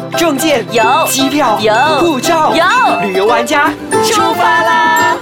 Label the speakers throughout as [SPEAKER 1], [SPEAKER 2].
[SPEAKER 1] 证件
[SPEAKER 2] 有，
[SPEAKER 1] 机票
[SPEAKER 2] 有，
[SPEAKER 1] 护照
[SPEAKER 2] 有，
[SPEAKER 1] 旅游玩家出发啦！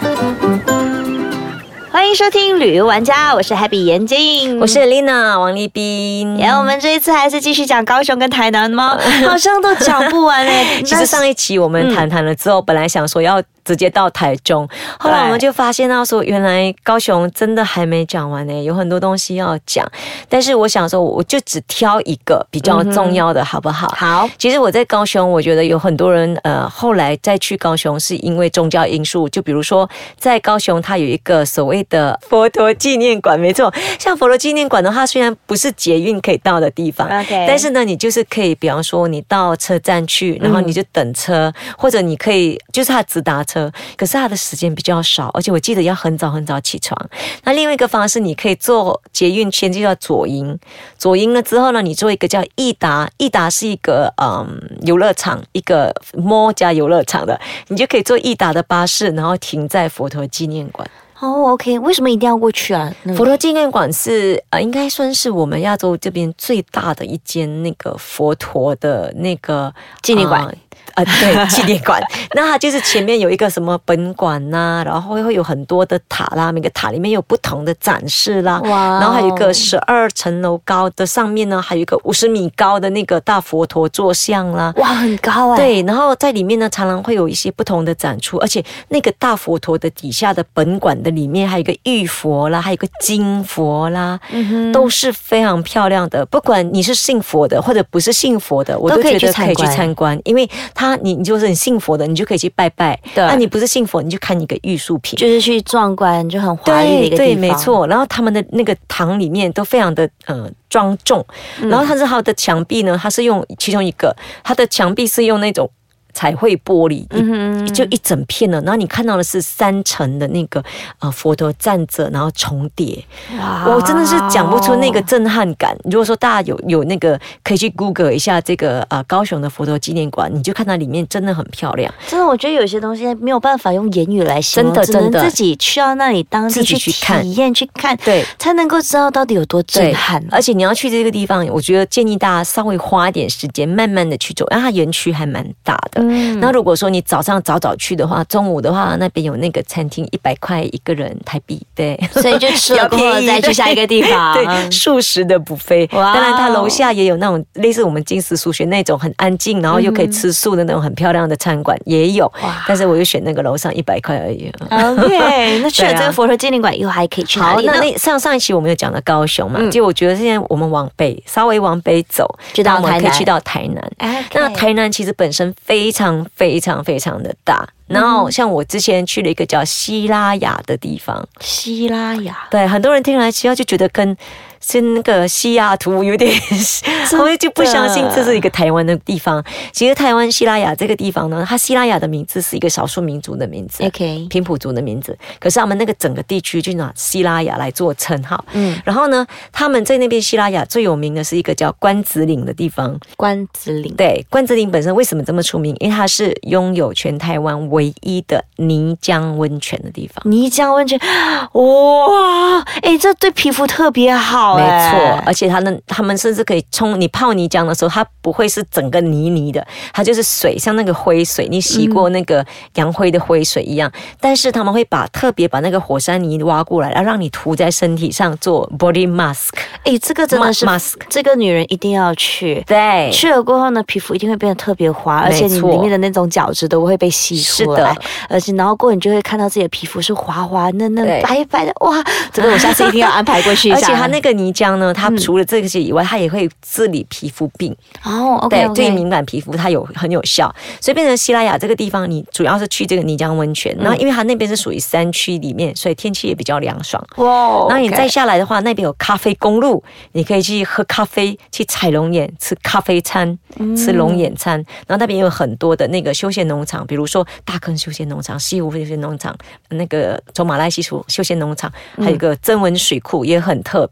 [SPEAKER 2] 欢迎收听旅游玩家，我是 Happy 严静，
[SPEAKER 3] 我是 Lina 王立斌。
[SPEAKER 2] 我们这一次还是继续讲高雄跟台南吗？好像都讲不完嘞。
[SPEAKER 3] 其实上一期我们谈了之后，本来想说要直接到台中，后来我们就发现到说，原来高雄真的还没讲完有很多东西要讲。但是我想说，我就只挑一个比较重要的，好不好？
[SPEAKER 2] 好。
[SPEAKER 3] 其实我在高雄，我觉得有很多人后来再去高雄是因为宗教因素，就比如说在高雄，它有一个所谓的佛陀纪念馆，没错。像佛陀纪念馆的话，虽然不是捷运可以到的地方，但是呢，你就是可以，比方说你到车站去，然后你就等车，或者你可以就是它直达车。可是它的时间比较少，而且我记得要很早很早起床。那另外一个方式，你可以坐捷运先去到左营，左营了之后呢，你坐一个叫义达，义达是一个游乐场，一个 mall 加游乐场的，你就可以坐义达的巴士，然后停在佛陀纪念馆。
[SPEAKER 2] OK， 为什么一定要过去啊？
[SPEAKER 3] 佛陀纪念馆是应该算是我们亚洲这边最大的一间那个佛陀的那个
[SPEAKER 2] 纪念馆。
[SPEAKER 3] 对，纪念馆。那它就是前面有一个什么本馆呐，然后会有很多的塔啦，每个塔里面有不同的展示啦。哇！然后还有一个12层楼高的，上面呢还有一个50米高的那个大佛陀坐像啦。
[SPEAKER 2] 哇，很高
[SPEAKER 3] 对，然后在里面呢，常常会有一些不同的展出，而且那个大佛陀的底下的本馆的里面还有一个玉佛啦，还有一个金佛啦，都是非常漂亮的。不管你是信佛的或者不是信佛的，我都觉得可以去参观，因为你就是很信佛的，你就可以去拜拜。对，你不是信佛，你就看一个玉树品，
[SPEAKER 2] 就是去壮观，就很华丽的一个地方。
[SPEAKER 3] 对，没错。然后他们的那个堂里面都非常的庄重，然后它的墙壁呢，它是用其中一个，它的墙壁是用那种彩绘玻璃，就一整片的，然后你看到的是3层的那个佛陀站着，然后重叠。我真的是讲不出那个震撼感。如果说大家有那个可以去 Google 一下这个高雄的佛陀纪念馆，你就看到里面真的很漂亮。
[SPEAKER 2] 真的，我觉得有些东西没有办法用言语来形容，
[SPEAKER 3] 真的
[SPEAKER 2] 只能自己去到那里当地去体验去看，
[SPEAKER 3] 对，
[SPEAKER 2] 才能够知道到底有多震撼。
[SPEAKER 3] 而且你要去这个地方，我觉得建议大家稍微花一点时间，慢慢的去走，因为它园区还蛮大的。那如果说你早上早去的话，中午的话那边有那个餐厅100块一个人台币，对，
[SPEAKER 2] 所以就吃了过后再去下一个地方。
[SPEAKER 3] 对，素食的buffet。当然它楼下也有那种类似我们金石书学那种很安静，然后又可以吃素的那种很漂亮的餐馆也有。但是我就选那个楼上100块而已。
[SPEAKER 2] OK， 那去了这个佛陀纪念馆以后还可以去哪里呢？
[SPEAKER 3] 好，那上一期我们有讲了高雄嘛，就我觉得现在我们稍微往北走，
[SPEAKER 2] 就到台南，
[SPEAKER 3] 可以去到台南。那台南其实本身非常非常非常的大。然后像我之前去了一个叫西拉雅的地方，
[SPEAKER 2] 西拉雅，
[SPEAKER 3] 对，很多人听来西拉就觉得是那个西雅图有点，我就不相信这是一个台湾的地方。其实台湾西拉雅这个地方呢，它西拉雅的名字是一个少数民族的名字，平埔族的名字。可是他们那个整个地区就拿西拉雅来做称号。然后呢，他们在那边西拉雅最有名的是一个叫关子岭的地方。
[SPEAKER 2] 关子岭，
[SPEAKER 3] 对，关子岭本身为什么这么出名？因为它是拥有全台湾唯一的泥浆温泉的地方。
[SPEAKER 2] 泥浆温泉，哇，这对皮肤特别好。
[SPEAKER 3] 没错，而且他们甚至可以你泡泥浆的时候，它不会是整个泥的，它就是水，像那个灰水，你洗过那个洋灰的灰水一样。但是他们会特别把那个火山泥挖过来，然后让你涂在身体上做 body mask。
[SPEAKER 2] 这个真的是 mask， 这个女人一定要去。对，去了过后呢，皮肤一定会变得特别滑，而且你里面的那种角质都会被吸出来。是的，而且然后过后你就会看到自己的皮肤是滑滑嫩嫩白白的，哇！这个我下次一定要安排过去一下。
[SPEAKER 3] 而且它那个泥浆呢，它除了这些以外，它也会治理皮肤病。
[SPEAKER 2] OK，
[SPEAKER 3] 对敏感皮肤它很有效。所以变成西拉雅这个地方，你主要是去这个泥浆温泉。然后因为它那边是属于山区里面，所以天气也比较凉爽。然后你再下来的话，那边有咖啡公路，你可以去喝咖啡，去采龙眼，吃咖啡餐，吃龙眼餐。然后那边有很多的那个休闲农场，比如说大坑休闲农场、西湖休闲农场、那个走马来西湖休闲农场，还有一个曾文水库也很特别。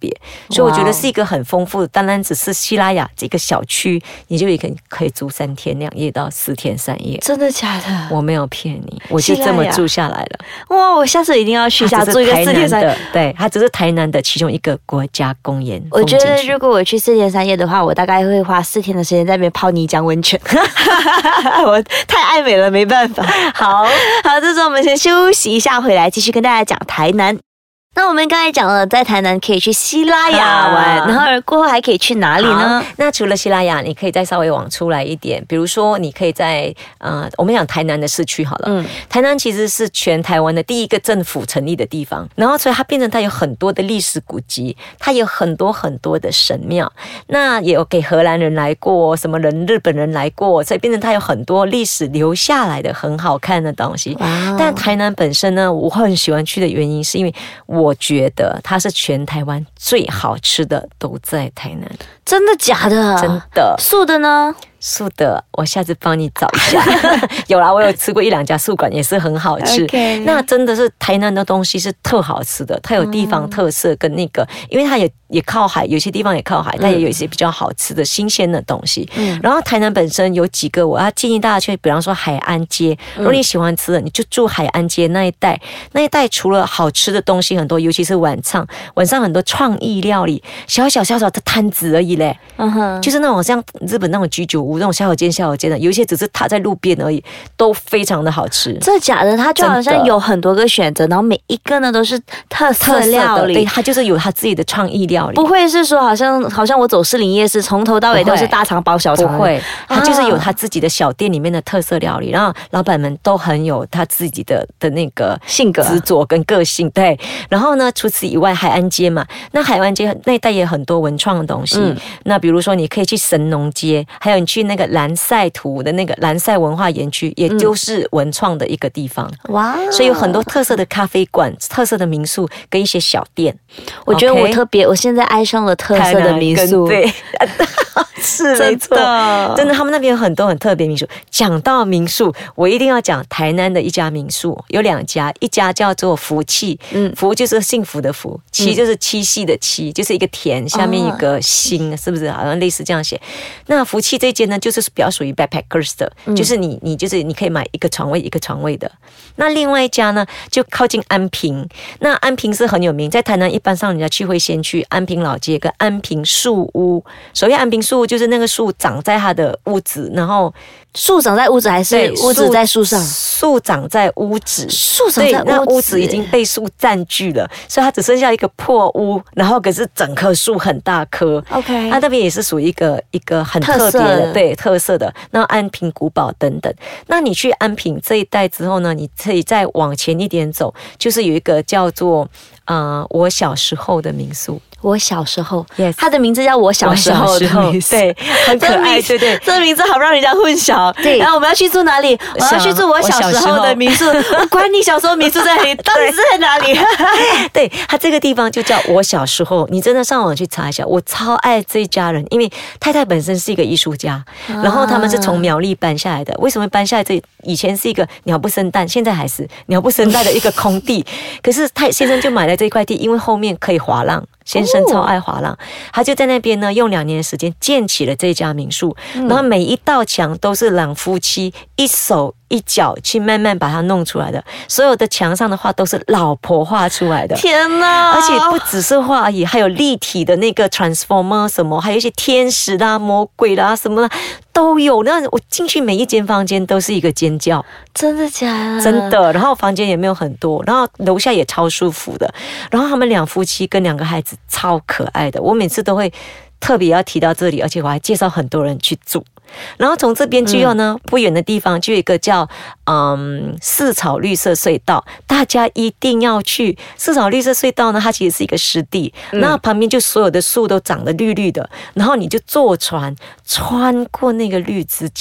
[SPEAKER 3] 所以我觉得是一个很丰富的。当然，只是西拉雅这个小区，你就可以住3天2夜到4天3夜。
[SPEAKER 2] 真的假的？
[SPEAKER 3] 我没有骗你，我就这么住下来了。
[SPEAKER 2] 哇，我下次一定要去一下，住一个4天3夜。
[SPEAKER 3] 对，它只是台南的其中一个国家公园。
[SPEAKER 2] 我觉得如果我去4天3夜的话，我大概会花4天的时间在那边泡泥浆温泉。我太爱美了，没办法。好，这时候我们先休息一下，回来继续跟大家讲台南。那我们刚才讲了，在台南可以去西拉雅玩，然后过后还可以去哪里呢？
[SPEAKER 3] 那除了西拉雅，你可以再稍微往出来一点，比如说你可以在我们讲台南的市区好了。台南其实是全台湾的第一个政府成立的地方，然后所以它变成它有很多的历史古迹，它有很多很多的神庙，那也有给荷兰人来过，什么日本人来过，所以变成它有很多历史留下来的很好看的东西。但台南本身呢，我很喜欢去的原因是因为我觉得它是全台湾最好吃的都在台南。
[SPEAKER 2] 真的假的？
[SPEAKER 3] 真的。
[SPEAKER 2] 素的呢？
[SPEAKER 3] 素的，我下次帮你找一下。有啦，我有吃过1-2家素馆，也是很好吃。那真的是台南的东西是特好吃的，它有地方特色跟那个，因为它也靠海，有些地方也靠海，但也有一些比较好吃的新鲜的东西。然后台南本身有几个我要建议大家去，比方说海岸街，如果你喜欢吃的，你就住海岸街那一带。那一带除了好吃的东西很多，尤其是晚上很多创意料理，小的摊子而已嘞。就是那种像日本那种居酒屋那种小间的，有一些只是踏在路边而已，都非常的好吃。
[SPEAKER 2] 这假的？它就好像有很多个选择，然后每一个呢都是特色料理，
[SPEAKER 3] 对，它就是有它自己的创意料理。
[SPEAKER 2] 不会是说好像我走士林夜市从头到尾都是大肠包小肠？
[SPEAKER 3] 不会，它就是有它自己的小店里面的特色料理，然后老板们都很有他自己的那个
[SPEAKER 2] 性格、
[SPEAKER 3] 执着跟个性。对，然后呢，除此以外，海岸街嘛，那海岸街那一带也很多文创的东西。那比如说你可以去神农街，还有你去那个蓝晒图的那个蓝晒文化园区，也就是文创的一个地方。哇！所以有很多特色的咖啡馆、特色的民宿跟一些小店。
[SPEAKER 2] 我觉得我现在爱上了特色的民宿。
[SPEAKER 3] 对，是没错，真的，他们那边有很多很特别民宿。讲到民宿，我一定要讲台南的一家民宿，有2家，一家叫做福气，福就是幸福的福，七就是七夕的七，就是一个田下面一个心，是不是？好像类似这样写。那福气这间呢，就是比较属于 backpackers 的，就是你可以买一个床位的。那另外一家呢，就靠近安平。那安平是很有名，在台南一般上人家去会先去安平老街跟安平树屋。所谓安平树屋，就是那个树长在它的屋子，然后
[SPEAKER 2] 树长在屋子还是屋子在树上？
[SPEAKER 3] 树长在屋子，
[SPEAKER 2] 树长在屋子，
[SPEAKER 3] 那屋子已经被树占据了，所以它只剩下一个破屋，然后可是整棵树很大棵。
[SPEAKER 2] OK，
[SPEAKER 3] 它那边也是属于一个很特别的，对，特色的。那安平古堡等等。那你去安平这一带之后呢，你可以再往前一点走，就是有一个叫做我小时候的民宿。
[SPEAKER 2] 我小时候，
[SPEAKER 3] yes，
[SPEAKER 2] 它的名字叫我小时候的民宿，
[SPEAKER 3] 对，很可爱，对对，
[SPEAKER 2] 这个名字好让人家混淆。对，然后我们要去住哪里？我要去住我小时候的民宿。我管你小时候民宿在哪里，到底是在哪里？
[SPEAKER 3] 对，它这个地方就叫我小时候。你真的上网去查一下，我超爱这一家人，因为太太本身是一个艺术家，然后他们是从苗栗搬下来的。为什么搬下来？这以前是一个鸟不生蛋，现在还是鸟不生蛋的一个空地。可是先生就买了这一块地，因为后面可以滑浪。先生超爱滑浪，他就在那边呢，用2年的时间建起了这家民宿，然后每一道墙都是两夫妻一手一脚去慢慢把它弄出来的，所有的墙上的画都是老婆画出来的。
[SPEAKER 2] 天哪！
[SPEAKER 3] 而且不只是画而已，还有立体的那个 transformer 什么，还有一些天使啦、魔鬼啦什么的都有。那我进去每一间房间都是一个尖叫，
[SPEAKER 2] 真的假的？
[SPEAKER 3] 真的。然后房间也没有很多，然后楼下也超舒服的。然后他们2夫妻跟2个孩子超可爱的，我每次都会特别要提到这里，而且我还介绍很多人去住。然后从这边之后呢，不远的地方就有一个叫四草绿色隧道，大家一定要去。四草绿色隧道呢，它其实是一个湿地，那旁边就所有的树都长得绿绿的，然后你就坐船穿过那个绿之间。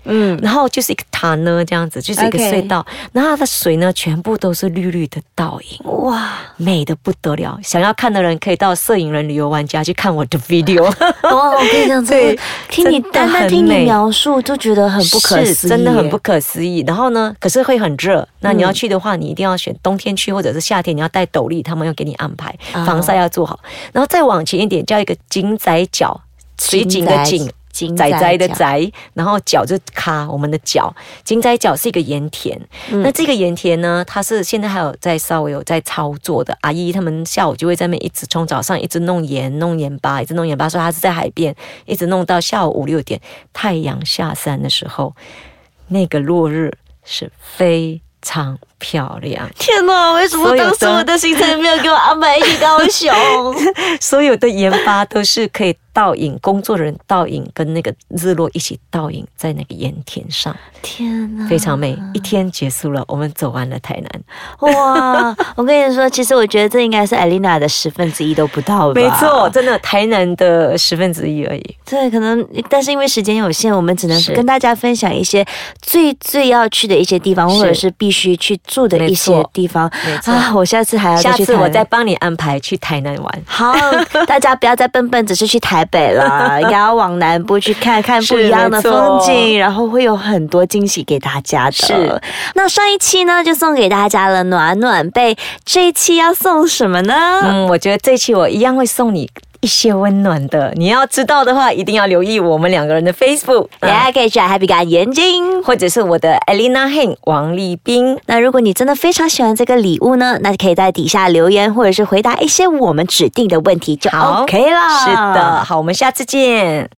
[SPEAKER 3] 然后就是一个塔呢这样子，就是一个隧道，然后它的水呢全部都是绿绿的倒影，哇，美得不得了。想要看的人可以到摄影人旅游玩家去看我的 video。
[SPEAKER 2] 哇，我跟你讲，对，听你单听你描述就觉得很不可思议，
[SPEAKER 3] 真的很不可思议。然后呢，可是会很热，那你要去的话，你一定要选冬天去，或者是夏天，你要带斗笠，他们要给你安排，防晒要做好。然后再往前一点，叫一个井仔角，水井的井。仔仔的仔，然后角就是咖，我们的角。井仔角是一个盐田，那这个盐田呢，它是现在还有在稍微有在操作的阿姨，他们下午就会在那边一直从早上一直弄盐、弄盐巴，一直弄盐巴，所以它是在海边，一直弄到下午5、6点，太阳下山的时候，那个落日是非常漂亮。
[SPEAKER 2] 天哪，为什么当时我的行程没有给我安排去高雄？
[SPEAKER 3] 所有的盐巴都是可以倒影，工作人员倒影跟那个日落一起倒影在那个盐田上。
[SPEAKER 2] 天哪，
[SPEAKER 3] 非常美。一天结束了，我们走完了台南。
[SPEAKER 2] 哇，我跟你说，其实我觉得这应该是Elena的1/10都不到吧。
[SPEAKER 3] 没错，真的台南的1/10而已。
[SPEAKER 2] 对，可能，但是因为时间有限，我们只能跟大家分享一些最要去的一些地方，或者是必须去住的一些地方。啊，我下次还要再去台南。
[SPEAKER 3] 下次我再帮你安排去台南玩。
[SPEAKER 2] 好，大家不要再笨只是去台北了，应该要往南部去看看不一样的风景，然后会有很多惊喜给大家的。是，那上一期呢就送给大家了暖暖被，这一期要送什么呢？
[SPEAKER 3] 我觉得这一期我一样会送你一些温暖的，你要知道的话，一定要留意我们2个人的 Facebook，
[SPEAKER 2] 大家可以去Happy 感眼睛，
[SPEAKER 3] 或者是我的 Elena Heng 王丽斌。
[SPEAKER 2] 那如果你真的非常喜欢这个礼物呢，那可以在底下留言，或者是回答一些我们指定的问题就 OK 了。
[SPEAKER 3] 是的，好，我们下次见。